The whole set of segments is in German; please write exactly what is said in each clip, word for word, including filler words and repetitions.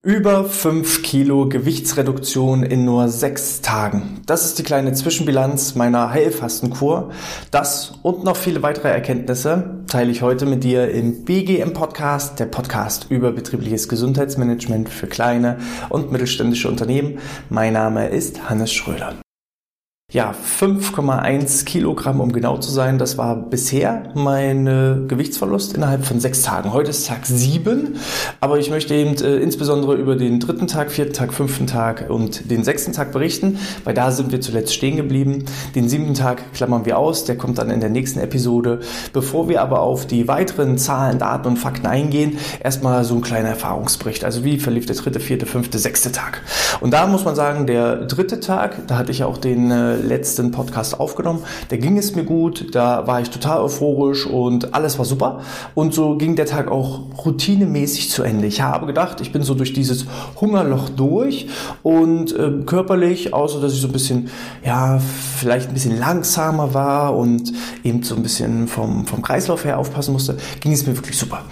Über fünf Kilo Gewichtsreduktion in nur sechs Tagen. Das ist die kleine Zwischenbilanz meiner Heilfastenkur. Das und noch viele weitere Erkenntnisse teile ich heute mit dir im B G M Podcast, der Podcast über betriebliches Gesundheitsmanagement für kleine und mittelständische Unternehmen. Mein Name ist Hannes Schröder. Ja, fünf Komma eins Kilogramm, um genau zu sein, das war bisher mein äh, Gewichtsverlust innerhalb von sechs Tagen. Heute ist Tag sieben, aber ich möchte eben äh, insbesondere über den dritten Tag, vierten Tag, fünften Tag und den sechsten Tag berichten, weil da sind wir zuletzt stehen geblieben. Den siebten Tag klammern wir aus, der kommt dann in der nächsten Episode. Bevor wir aber auf die weiteren Zahlen, Daten und Fakten eingehen, erstmal so ein kleiner Erfahrungsbericht. Also wie verlief der dritte, vierte, fünfte, sechste Tag? Und da muss man sagen, der dritte Tag, da hatte ich ja auch den äh, letzten Podcast aufgenommen. Da ging es mir gut, da war ich total euphorisch und alles war super. Und so ging der Tag auch routinemäßig zu Ende. Ich habe gedacht, ich bin so durch dieses Hungerloch durch und äh, körperlich, außer dass ich so ein bisschen, ja, vielleicht ein bisschen langsamer war und eben so ein bisschen vom, vom Kreislauf her aufpassen musste, ging es mir wirklich super.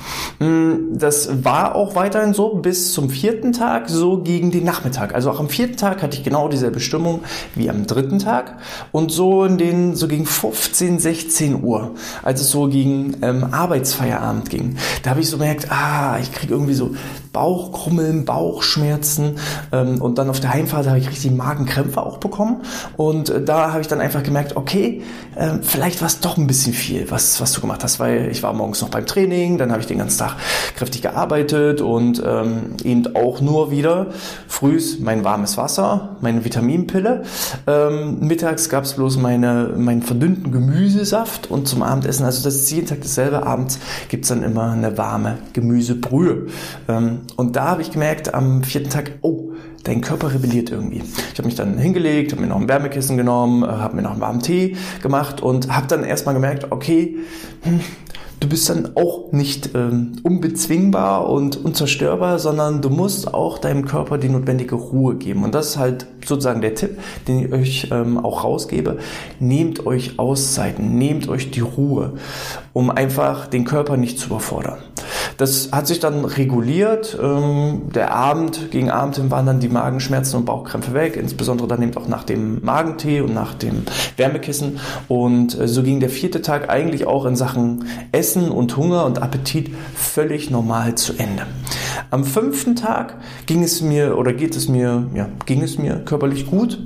Das war auch weiterhin so bis zum vierten Tag, so gegen den Nachmittag. Also auch am vierten Tag hatte ich genau dieselbe Stimmung wie am dritten Tag. Und so in den, so gegen fünfzehn, sechzehn Uhr, als es so gegen ähm, Arbeitsfeierabend ging, da habe ich so gemerkt, ah, ich kriege irgendwie so Bauchkrummeln, Bauchschmerzen ähm, und dann auf der Heimfahrt habe ich richtig Magenkrämpfe auch bekommen und äh, da habe ich dann einfach gemerkt, okay, äh, vielleicht war es doch ein bisschen viel, was, was du gemacht hast, weil ich war morgens noch beim Training, dann habe ich den ganzen Tag kräftig gearbeitet und ähm, eben auch nur wieder frühs mein warmes Wasser, meine Vitaminpille, ähm, mittags gab es bloß meine, meinen verdünnten Gemüsesaft und zum Abendessen, also das ist jeden Tag dasselbe, abends gibt es dann immer eine warme Gemüsebrühe. Ähm, und da habe ich gemerkt am vierten Tag, oh, dein Körper rebelliert irgendwie. Ich habe mich dann hingelegt, habe mir noch ein Wärmekissen genommen, habe mir noch einen warmen Tee gemacht und habe dann erstmal gemerkt, okay, hm, du bist dann auch nicht ähm, unbezwingbar und unzerstörbar, sondern du musst auch deinem Körper die notwendige Ruhe geben. Und das ist halt sozusagen der Tipp, den ich euch ähm, auch rausgebe. Nehmt euch Auszeiten, nehmt euch die Ruhe, um einfach den Körper nicht zu überfordern. Das hat sich dann reguliert. Ähm, der Abend, gegen Abend hin waren dann die Magenschmerzen und Bauchkrämpfe weg, insbesondere dann eben auch nach dem Magentee und nach dem Wärmekissen. Und äh, so ging der vierte Tag eigentlich auch in Sachen Essen und Hunger und Appetit völlig normal zu Ende. Am fünften Tag ging es mir oder geht es mir, ja, ging es mir körperlich gut.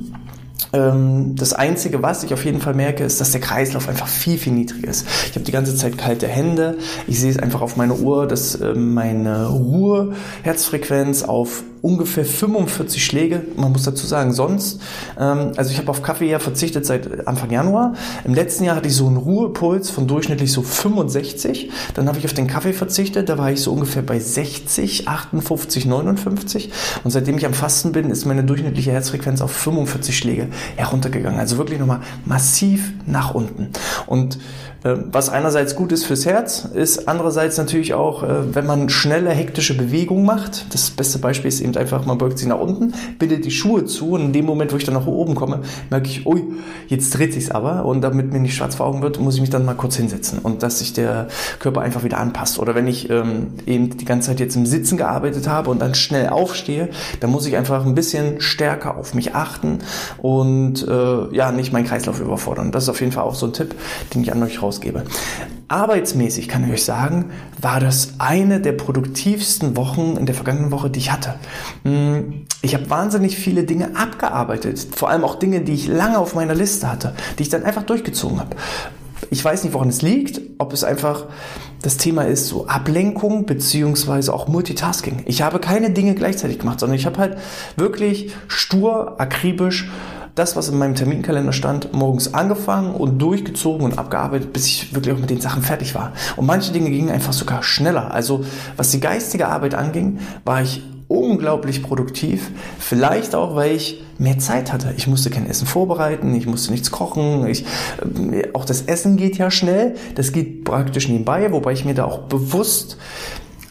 Das Einzige, was ich auf jeden Fall merke, ist, dass der Kreislauf einfach viel, viel niedriger ist. Ich habe die ganze Zeit kalte Hände. Ich sehe es einfach auf meiner Uhr, dass meine Ruheherzfrequenz auf ungefähr fünfundvierzig Schläge, man muss dazu sagen, sonst, ähm, also ich habe auf Kaffee ja verzichtet seit Anfang Januar. Im letzten Jahr hatte ich so einen Ruhepuls von durchschnittlich so fünfundsechzig. Dann habe ich auf den Kaffee verzichtet, da war ich so ungefähr bei sechzig, achtundfünfzig, neunundfünfzig. Und seitdem ich am Fasten bin, ist meine durchschnittliche Herzfrequenz auf fünfundvierzig Schläge heruntergegangen. Also wirklich nochmal massiv nach unten. Und äh, was einerseits gut ist fürs Herz, ist andererseits natürlich auch, äh, wenn man schnelle, hektische Bewegungen macht. Das beste Beispiel ist eben einfach, man beugt sich nach unten, bindet die Schuhe zu und in dem Moment, wo ich dann nach oben komme, merke ich, ui, jetzt dreht sich's aber und damit mir nicht schwarz vor Augen wird, muss ich mich dann mal kurz hinsetzen und dass sich der Körper einfach wieder anpasst. Oder wenn ich ähm, eben die ganze Zeit jetzt im Sitzen gearbeitet habe und dann schnell aufstehe, dann muss ich einfach ein bisschen stärker auf mich achten und äh, ja, nicht meinen Kreislauf überfordern. Das ist auf jeden Fall auch so ein Tipp, den ich an euch rausgebe. Arbeitsmäßig kann ich euch sagen, war das eine der produktivsten Wochen in der vergangenen Woche, die ich hatte. Ich habe wahnsinnig viele Dinge abgearbeitet, vor allem auch Dinge, die ich lange auf meiner Liste hatte, die ich dann einfach durchgezogen habe. Ich weiß nicht, woran es liegt, ob es einfach das Thema ist, so Ablenkung beziehungsweise auch Multitasking. Ich habe keine Dinge gleichzeitig gemacht, sondern ich habe halt wirklich stur, akribisch das, was in meinem Terminkalender stand, morgens angefangen und durchgezogen und abgearbeitet, bis ich wirklich auch mit den Sachen fertig war. Und manche Dinge gingen einfach sogar schneller. Also was die geistige Arbeit anging, war ich unglaublich produktiv. Vielleicht auch, weil ich mehr Zeit hatte. Ich musste kein Essen vorbereiten, ich musste nichts kochen. Ich, äh, auch das Essen geht ja schnell. Das geht praktisch nebenbei, wobei ich mir da auch bewusst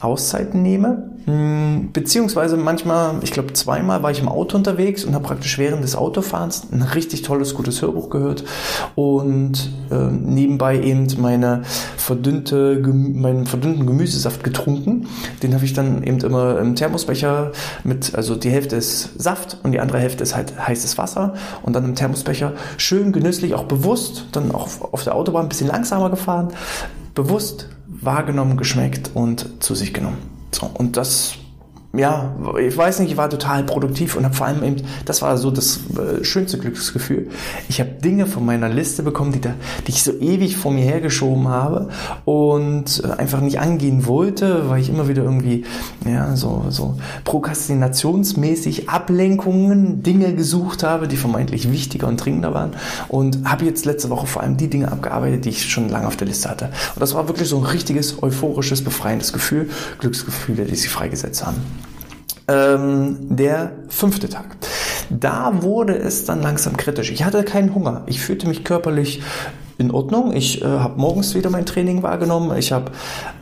Auszeiten nehme. Beziehungsweise manchmal, ich glaube zweimal war ich im Auto unterwegs und habe praktisch während des Autofahrens ein richtig tolles, gutes Hörbuch gehört und äh, nebenbei eben meine verdünnte, meinen verdünnten Gemüsesaft getrunken. Den habe ich dann eben immer im Thermosbecher mit, also die Hälfte ist Saft und die andere Hälfte ist halt heißes Wasser und dann im Thermosbecher schön genüsslich, auch bewusst, dann auch auf der Autobahn ein bisschen langsamer gefahren, bewusst wahrgenommen, geschmeckt und zu sich genommen. So, und das, ja, ich weiß nicht, ich war total produktiv und habe vor allem eben, das war so das äh, schönste Glücksgefühl. Ich habe Dinge von meiner Liste bekommen, die, da, die ich so ewig vor mir hergeschoben habe und äh, einfach nicht angehen wollte, weil ich immer wieder irgendwie, ja, so, so prokrastinationsmäßig Ablenkungen, Dinge gesucht habe, die vermeintlich wichtiger und dringender waren und habe jetzt letzte Woche vor allem die Dinge abgearbeitet, die ich schon lange auf der Liste hatte. Und das war wirklich so ein richtiges, euphorisches, befreiendes Gefühl, Glücksgefühle, die sich freigesetzt haben. Ähm, der fünfte Tag. Da wurde es dann langsam kritisch. Ich hatte keinen Hunger. Ich fühlte mich körperlich in Ordnung. Ich äh, habe morgens wieder mein Training wahrgenommen. Ich habe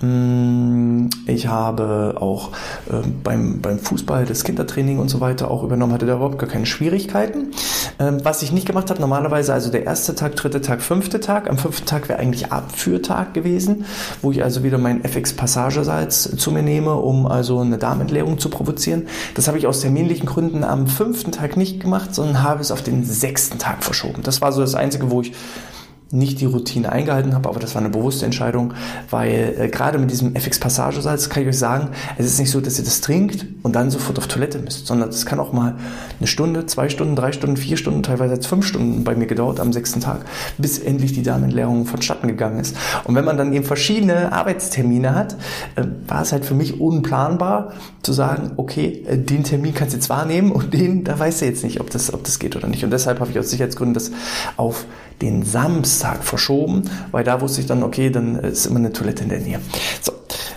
mh, ich habe auch äh, beim, beim Fußball das Kindertraining und so weiter auch übernommen, hatte da überhaupt gar keine Schwierigkeiten. Ähm, was ich nicht gemacht habe, normalerweise, also der erste Tag, dritte Tag, fünfte Tag. Am fünften Tag wäre eigentlich Abführtag gewesen, wo ich also wieder mein F X-Passagesalz zu mir nehme, um also eine Darmentleerung zu provozieren. Das habe ich aus terminlichen Gründen am fünften Tag nicht gemacht, sondern habe es auf den sechsten Tag verschoben. Das war so das Einzige, wo ich nicht die Routine eingehalten habe, aber das war eine bewusste Entscheidung, weil äh, gerade mit diesem F X-Passagesalz kann ich euch sagen, es ist nicht so, dass ihr das trinkt und dann sofort auf Toilette müsst, sondern es kann auch mal eine Stunde, zwei Stunden, drei Stunden, vier Stunden, teilweise jetzt fünf Stunden bei mir gedauert am sechsten Tag, bis endlich die Darmentleerung vonstatten gegangen ist. Und wenn man dann eben verschiedene Arbeitstermine hat, äh, war es halt für mich unplanbar zu sagen, okay, äh, den Termin kannst du jetzt wahrnehmen und den, da weißt du jetzt nicht, ob das, ob das geht oder nicht. Und deshalb habe ich aus Sicherheitsgründen das auf den Samstag verschoben, weil da wusste ich dann, okay, dann ist immer eine Toilette in der Nähe. So,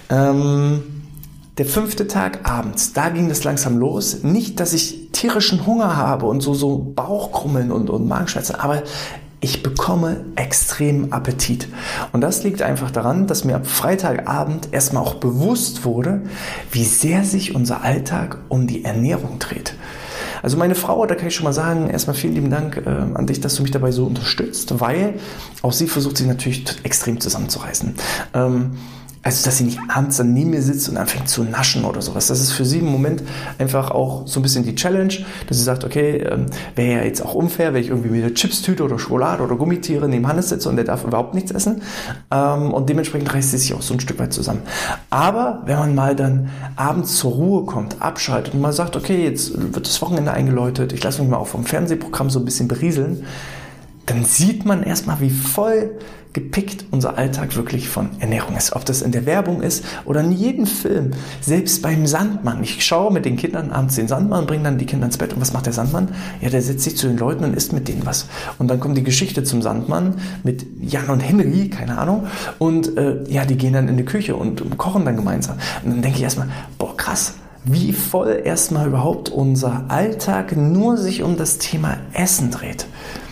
ähm, der fünfte Tag abends, da ging das langsam los. Nicht, dass ich tierischen Hunger habe und so, so Bauchkrummeln und, und Magenschmerzen, aber ich bekomme extrem Appetit. Und das liegt einfach daran, dass mir ab Freitagabend erstmal auch bewusst wurde, wie sehr sich unser Alltag um die Ernährung dreht. Also meine Frau, da kann ich schon mal sagen, erstmal vielen lieben Dank äh, an dich, dass du mich dabei so unterstützt, weil auch sie versucht sich natürlich extrem zusammenzureißen. Ähm, Also, dass sie nicht abends dann neben mir sitzt und anfängt zu naschen oder sowas. Das ist für sie im Moment einfach auch so ein bisschen die Challenge, dass sie sagt, okay, ähm, wäre ja jetzt auch unfair, wenn ich irgendwie mit einer Chipstüte oder Schokolade oder Gummitiere neben Hannes sitze und der darf überhaupt nichts essen. Ähm, und dementsprechend reißt sie sich auch so ein Stück weit zusammen. Aber wenn man mal dann abends zur Ruhe kommt, abschaltet und mal sagt, okay, jetzt wird das Wochenende eingeläutet, ich lasse mich mal auch vom Fernsehprogramm so ein bisschen berieseln, dann sieht man erstmal, wie voll gepickt unser Alltag wirklich von Ernährung ist. Ob das in der Werbung ist oder in jedem Film. Selbst beim Sandmann. Ich schaue mit den Kindern abends den Sandmann und bringe dann die Kinder ins Bett. Und was macht der Sandmann? Ja, der setzt sich zu den Leuten und isst mit denen was. Und dann kommt die Geschichte zum Sandmann mit Jan und Henry, keine Ahnung. Und äh, ja, die gehen dann in die Küche und, und kochen dann gemeinsam. Und dann denke ich erstmal, boah, krass. Wie voll erstmal überhaupt unser Alltag nur sich um das Thema Essen dreht.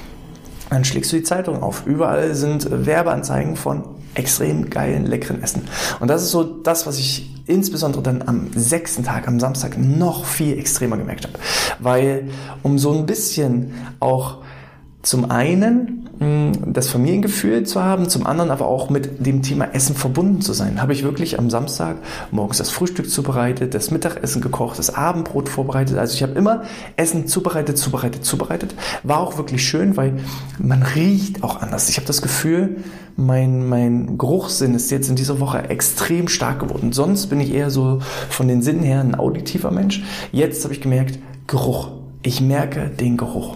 Dann schlägst du die Zeitung auf. Überall sind Werbeanzeigen von extrem geilen, leckeren Essen. Und das ist so das, was ich insbesondere dann am sechsten Tag, am Samstag, noch viel extremer gemerkt habe. Weil um so ein bisschen auch zum einen das Familiengefühl zu haben, zum anderen aber auch mit dem Thema Essen verbunden zu sein. Habe ich wirklich am Samstag morgens das Frühstück zubereitet, das Mittagessen gekocht, das Abendbrot vorbereitet. Also ich habe immer Essen zubereitet, zubereitet, zubereitet. War auch wirklich schön, weil man riecht auch anders. Ich habe das Gefühl, mein, mein Geruchssinn ist jetzt in dieser Woche extrem stark geworden. Sonst bin ich eher so von den Sinnen her ein auditiver Mensch. Jetzt habe ich gemerkt, Geruch. Ich merke den Geruch.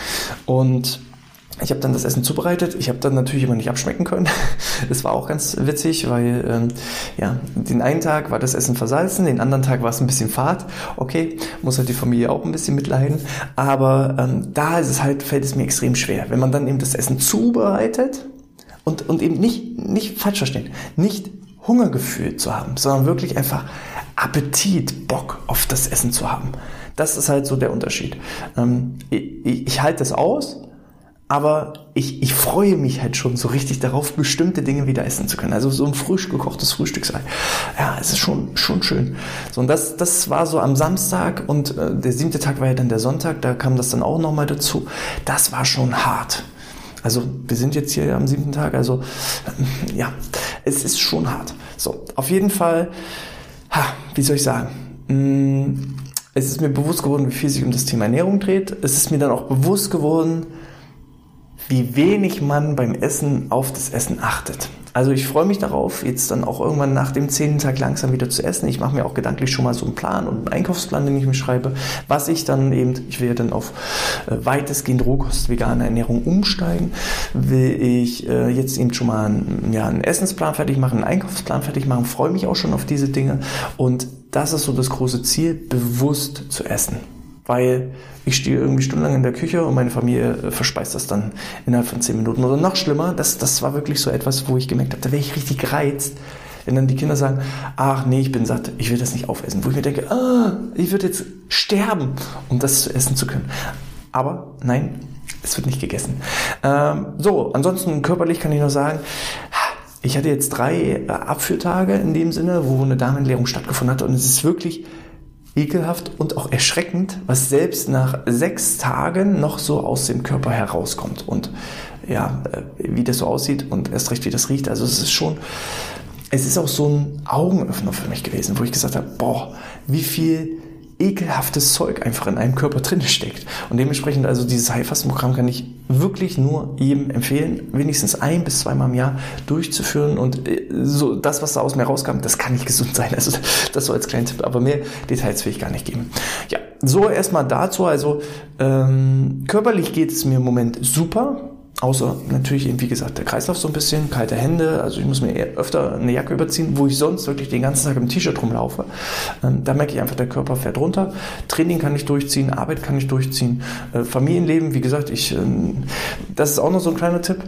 Und ich habe dann das Essen zubereitet. Ich habe dann natürlich immer nicht abschmecken können. Das war auch ganz witzig, weil ähm, ja, den einen Tag war das Essen versalzen, den anderen Tag war es ein bisschen fad. Okay, muss halt die Familie auch ein bisschen mitleiden. Aber ähm, da ist es halt, fällt es mir extrem schwer, wenn man dann eben das Essen zubereitet und, und eben nicht, nicht falsch verstehen, nicht Hungergefühl zu haben, sondern wirklich einfach Appetit, Bock auf das Essen zu haben. Das ist halt so der Unterschied. Ähm, ich, ich halte das aus, Aber ich, ich freue mich halt schon so richtig darauf, bestimmte Dinge wieder essen zu können. Also so ein frisch gekochtes Frühstücksei. Ja, es ist schon, schon schön. So, und das, das war so am Samstag und äh, der siebte Tag war ja dann der Sonntag, da kam das dann auch nochmal dazu. Das war schon hart. Also wir sind jetzt hier am siebten Tag, also äh, ja, es ist schon hart. So, auf jeden Fall, ha, wie soll ich sagen, mh, es ist mir bewusst geworden, wie viel sich um das Thema Ernährung dreht. Es ist mir dann auch bewusst geworden, wie wenig man beim Essen auf das Essen achtet. Also ich freue mich darauf, jetzt dann auch irgendwann nach dem zehnten Tag langsam wieder zu essen. Ich mache mir auch gedanklich schon mal so einen Plan und einen Einkaufsplan, den ich mir schreibe, was ich dann eben, ich will ja dann auf äh, weitestgehend Rohkost, vegane Ernährung umsteigen, will ich äh, jetzt eben schon mal einen, ja, einen Essensplan fertig machen, einen Einkaufsplan fertig machen, freue mich auch schon auf diese Dinge und das ist so das große Ziel, bewusst zu essen. Weil ich stehe irgendwie stundenlang in der Küche und meine Familie verspeist das dann innerhalb von zehn Minuten. Oder noch schlimmer, das, das war wirklich so etwas, wo ich gemerkt habe, da wäre ich richtig gereizt, wenn dann die Kinder sagen, ach nee, ich bin satt, ich will das nicht aufessen. Wo ich mir denke, ah, ich würde jetzt sterben, um das zu essen zu können. Aber nein, es wird nicht gegessen. Ähm, so, ansonsten körperlich kann ich nur sagen, ich hatte jetzt drei äh, Abführtage in dem Sinne, wo eine Darmentleerung stattgefunden hat und es ist wirklich ekelhaft und auch erschreckend, was selbst nach sechs Tagen noch so aus dem Körper herauskommt und ja, wie das so aussieht und erst recht, wie das riecht. Also es ist schon, es ist auch so ein Augenöffner für mich gewesen, wo ich gesagt habe, boah, wie viel ekelhaftes Zeug einfach in einem Körper drin steckt. Und dementsprechend also dieses Heilfastenprogramm kann ich wirklich nur jedem empfehlen, wenigstens ein bis zweimal im Jahr durchzuführen und so das, was da aus mir rauskam, das kann nicht gesund sein. Also das so als kleinen Tipp, aber mehr Details will ich gar nicht geben. Ja, so erstmal dazu, also ähm, körperlich geht es mir im Moment super. Außer natürlich eben, wie gesagt, der Kreislauf so ein bisschen, kalte Hände, also ich muss mir eher öfter eine Jacke überziehen, wo ich sonst wirklich den ganzen Tag im T-Shirt rumlaufe. Ähm, da merke ich einfach, der Körper fährt runter. Training kann ich durchziehen, Arbeit kann ich durchziehen, äh, Familienleben, wie gesagt, ich, ähm, das ist auch noch so ein kleiner Tipp.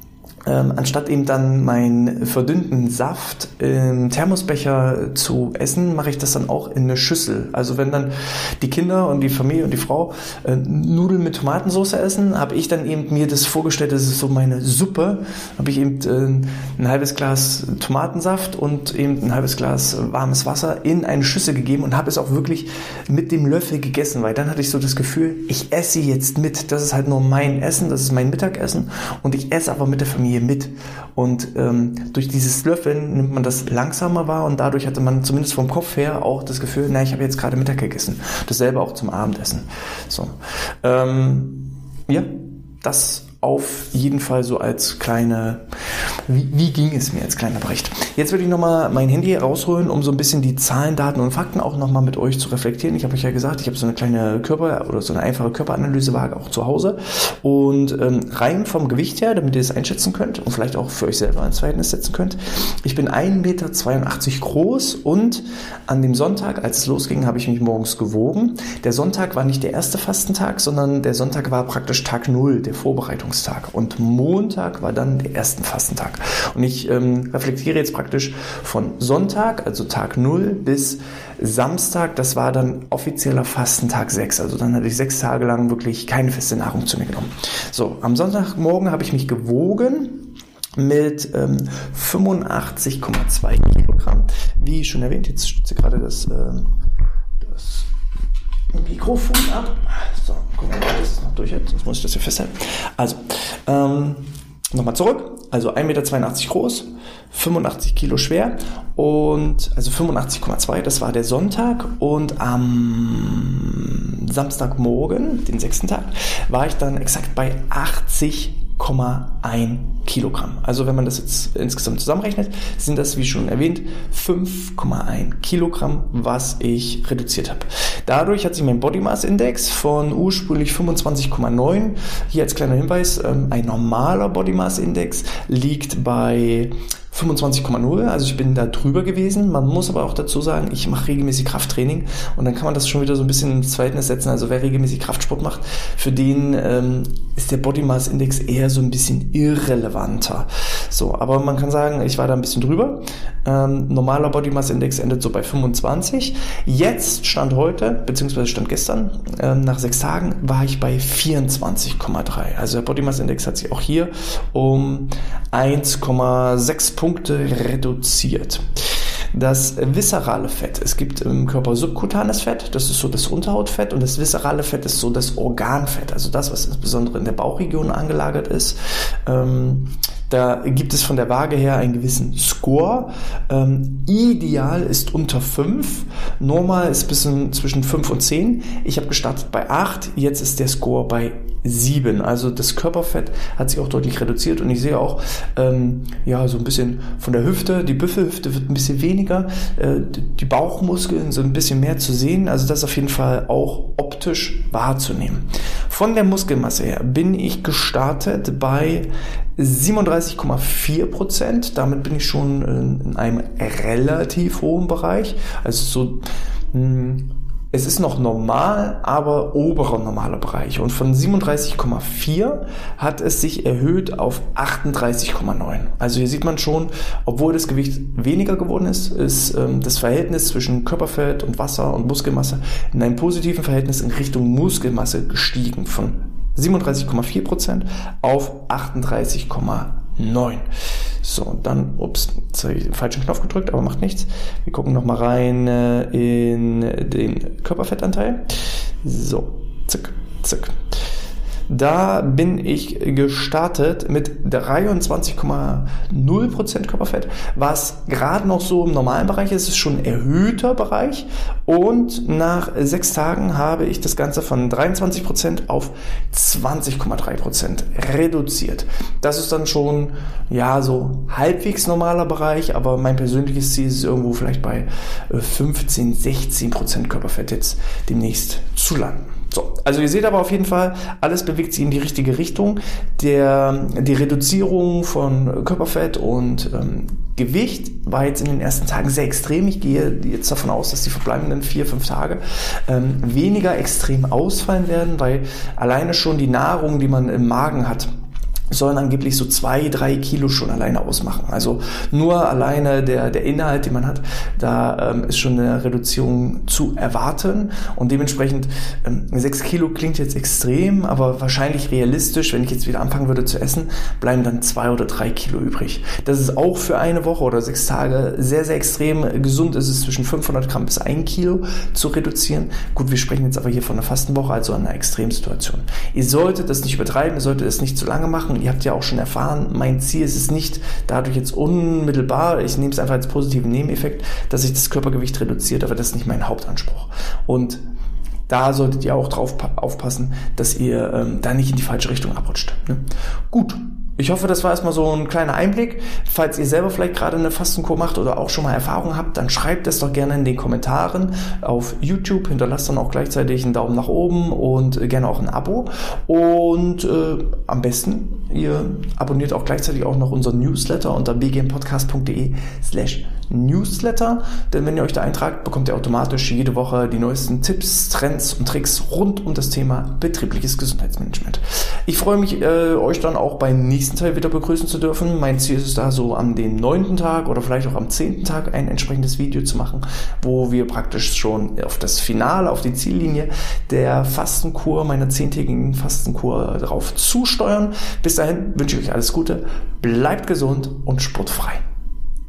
Ähm, anstatt eben dann meinen verdünnten Saft im Thermosbecher zu essen, mache ich das dann auch in eine Schüssel. Also wenn dann die Kinder und die Familie und die Frau äh, Nudeln mit Tomatensauce essen, habe ich dann eben mir das vorgestellt, das ist so meine Suppe, habe ich eben äh, ein halbes Glas Tomatensaft und eben ein halbes Glas warmes Wasser in eine Schüssel gegeben und habe es auch wirklich mit dem Löffel gegessen, weil dann hatte ich so das Gefühl, ich esse jetzt mit, das ist halt nur mein Essen, das ist mein Mittagessen und ich esse aber mit der Familie mit. Und ähm, durch dieses Löffeln nimmt man das langsamer wahr und dadurch hatte man zumindest vom Kopf her auch das Gefühl, na, ich habe jetzt gerade Mittag gegessen. Dasselbe auch zum Abendessen. So. Ähm, ja, das auf jeden Fall so als kleine, wie, wie ging es mir als kleiner Bericht. Jetzt würde ich nochmal mein Handy rausholen, um so ein bisschen die Zahlen, Daten und Fakten auch nochmal mit euch zu reflektieren. Ich habe euch ja gesagt, ich habe so eine kleine Körper- oder so eine einfache Körperanalysewaage auch zu Hause und ähm, rein vom Gewicht her, damit ihr es einschätzen könnt und vielleicht auch für euch selber ins Verhältnis setzen könnt. Ich bin ein Meter zweiundachtzig groß und an dem Sonntag, als es losging, habe ich mich morgens gewogen. Der Sonntag war nicht der erste Fastentag, sondern der Sonntag war praktisch Tag null, der Vorbereitung. Und Montag war dann der erste Fastentag. Und ich ähm, reflektiere jetzt praktisch von Sonntag, also Tag null, bis Samstag, das war dann offizieller Fastentag sechs. Also dann hatte ich sechs Tage lang wirklich keine feste Nahrung zu mir genommen. So, am Sonntagmorgen habe ich mich gewogen mit ähm, fünfundachtzig Komma zwei Kilogramm. Wie schon erwähnt, jetzt stütze gerade das, ähm, das Mikrofon ab. So, gucken wir mal, ob das noch durchhält, sonst muss ich das hier festhalten. Also, ähm, nochmal zurück. Also ein Meter zweiundachtzig groß, fünfundachtzig Kilo schwer und also fünfundachtzig Komma zwei, das war der Sonntag und am Samstagmorgen, den sechsten Tag, war ich dann exakt bei achtzig Komma eins Kilogramm. Also wenn man das jetzt insgesamt zusammenrechnet, sind das, wie schon erwähnt, fünf Komma eins Kilogramm, was ich reduziert habe. Dadurch hat sich mein Body Mass Index von ursprünglich fünfundzwanzig Komma neun, hier als kleiner Hinweis, ein normaler Body Mass Index liegt bei fünfundzwanzig Komma null, also ich bin da drüber gewesen. Man muss aber auch dazu sagen, ich mache regelmäßig Krafttraining und dann kann man das schon wieder so ein bisschen ins Verhältnis setzen. Also wer regelmäßig Kraftsport macht, für den ähm, ist der Body Mass Index eher so ein bisschen irrelevanter. So, aber man kann sagen, ich war da ein bisschen drüber. Ähm, normaler Body Mass Index endet so bei fünfundzwanzig. Jetzt, Stand heute, beziehungsweise Stand gestern, ähm, nach sechs Tagen, war ich bei vierundzwanzig Komma drei. Also der Body Mass Index hat sich auch hier um eins Komma sechs Punkte reduziert. Das viszerale Fett. Es gibt im Körper subkutanes Fett, das ist so das Unterhautfett, und das viszerale Fett ist so das Organfett, also das, was insbesondere in der Bauchregion angelagert ist. Ähm, da gibt es von der Waage her einen gewissen Score. Ähm, ideal ist unter fünf, normal ist bis zwischen fünf und zehn. Ich habe gestartet bei acht, jetzt ist der Score bei sieben. Also das Körperfett hat sich auch deutlich reduziert und ich sehe auch ähm, ja so ein bisschen von der Hüfte, die Büffelhüfte wird ein bisschen weniger, äh, die Bauchmuskeln sind ein bisschen mehr zu sehen, also das ist auf jeden Fall auch optisch wahrzunehmen. Von der Muskelmasse her bin ich gestartet bei siebenunddreißig Komma vier Prozent, damit bin ich schon in, in einem relativ hohen Bereich, also so mh, es ist noch normal, aber oberer normaler Bereich. Und von siebenunddreißig Komma vier hat es sich erhöht auf achtunddreißig Komma neun. Also hier sieht man schon, obwohl das Gewicht weniger geworden ist, ist ähm, das Verhältnis zwischen Körperfett und Wasser und Muskelmasse in einem positiven Verhältnis in Richtung Muskelmasse gestiegen. Von siebenunddreißig Komma vier Prozent auf achtunddreißig Komma neun. So, dann, ups, jetzt habe ich den falschen Knopf gedrückt, aber macht nichts. Wir gucken nochmal rein äh, in den Körperfettanteil. So, zack, zack. Da bin ich gestartet mit dreiundzwanzig Komma null Prozent Körperfett, was gerade noch so im normalen Bereich ist, ist schon ein erhöhter Bereich, und nach sechs Tagen habe ich das Ganze von dreiundzwanzig Prozent auf zwanzig Komma drei Prozent reduziert. Das ist dann schon, ja, so halbwegs normaler Bereich, aber mein persönliches Ziel ist irgendwo vielleicht bei fünfzehn, sechzehn Prozent Körperfett jetzt demnächst zu landen. So, also ihr seht aber auf jeden Fall, alles bewegt sich in die richtige Richtung. Der, die Reduzierung von Körperfett und ähm, Gewicht war jetzt in den ersten Tagen sehr extrem. Ich gehe jetzt davon aus, dass die verbleibenden vier, fünf Tage ähm, weniger extrem ausfallen werden, weil alleine schon die Nahrung, die man im Magen hat, sollen angeblich so zwei, drei Kilo schon alleine ausmachen. Also nur alleine der, der Inhalt, den man hat, da ähm, ist schon eine Reduzierung zu erwarten, und dementsprechend ähm, sechs Kilo klingt jetzt extrem, aber wahrscheinlich realistisch. Wenn ich jetzt wieder anfangen würde zu essen, bleiben dann zwei oder drei Kilo übrig. Das ist auch für eine Woche oder sechs Tage sehr, sehr extrem. Gesund ist es, zwischen fünfhundert Gramm bis ein Kilo zu reduzieren. Gut, wir sprechen jetzt aber hier von einer Fastenwoche, also einer Extremsituation. Ihr solltet das nicht übertreiben, ihr solltet es nicht zu lange machen. Ihr habt ja auch schon erfahren, mein Ziel ist es nicht, dadurch jetzt unmittelbar, ich nehme es einfach als positiven Nebeneffekt, dass sich das Körpergewicht reduziert, aber das ist nicht mein Hauptanspruch. Und da solltet ihr auch drauf aufpassen, dass ihr ähm, da nicht in die falsche Richtung abrutscht. Ne? Gut. Ich hoffe, das war erstmal so ein kleiner Einblick. Falls ihr selber vielleicht gerade eine Fastenkur macht oder auch schon mal Erfahrung habt, dann schreibt es doch gerne in den Kommentaren auf YouTube. Hinterlasst dann auch gleichzeitig einen Daumen nach oben und gerne auch ein Abo. Und äh, am besten, ihr abonniert auch gleichzeitig auch noch unseren Newsletter unter b g m podcast punkt d e slash Newsletter, denn wenn ihr euch da eintragt, bekommt ihr automatisch jede Woche die neuesten Tipps, Trends und Tricks rund um das Thema betriebliches Gesundheitsmanagement. Ich freue mich, äh, euch dann auch beim nächsten Teil wieder begrüßen zu dürfen. Mein Ziel ist es da, so am den neunten Tag oder vielleicht auch am zehnten Tag ein entsprechendes Video zu machen, wo wir praktisch schon auf das Finale, auf die Ziellinie der Fastenkur, meiner zehntägigen Fastenkur darauf zusteuern. Bis dahin wünsche ich euch alles Gute, bleibt gesund und sportfrei.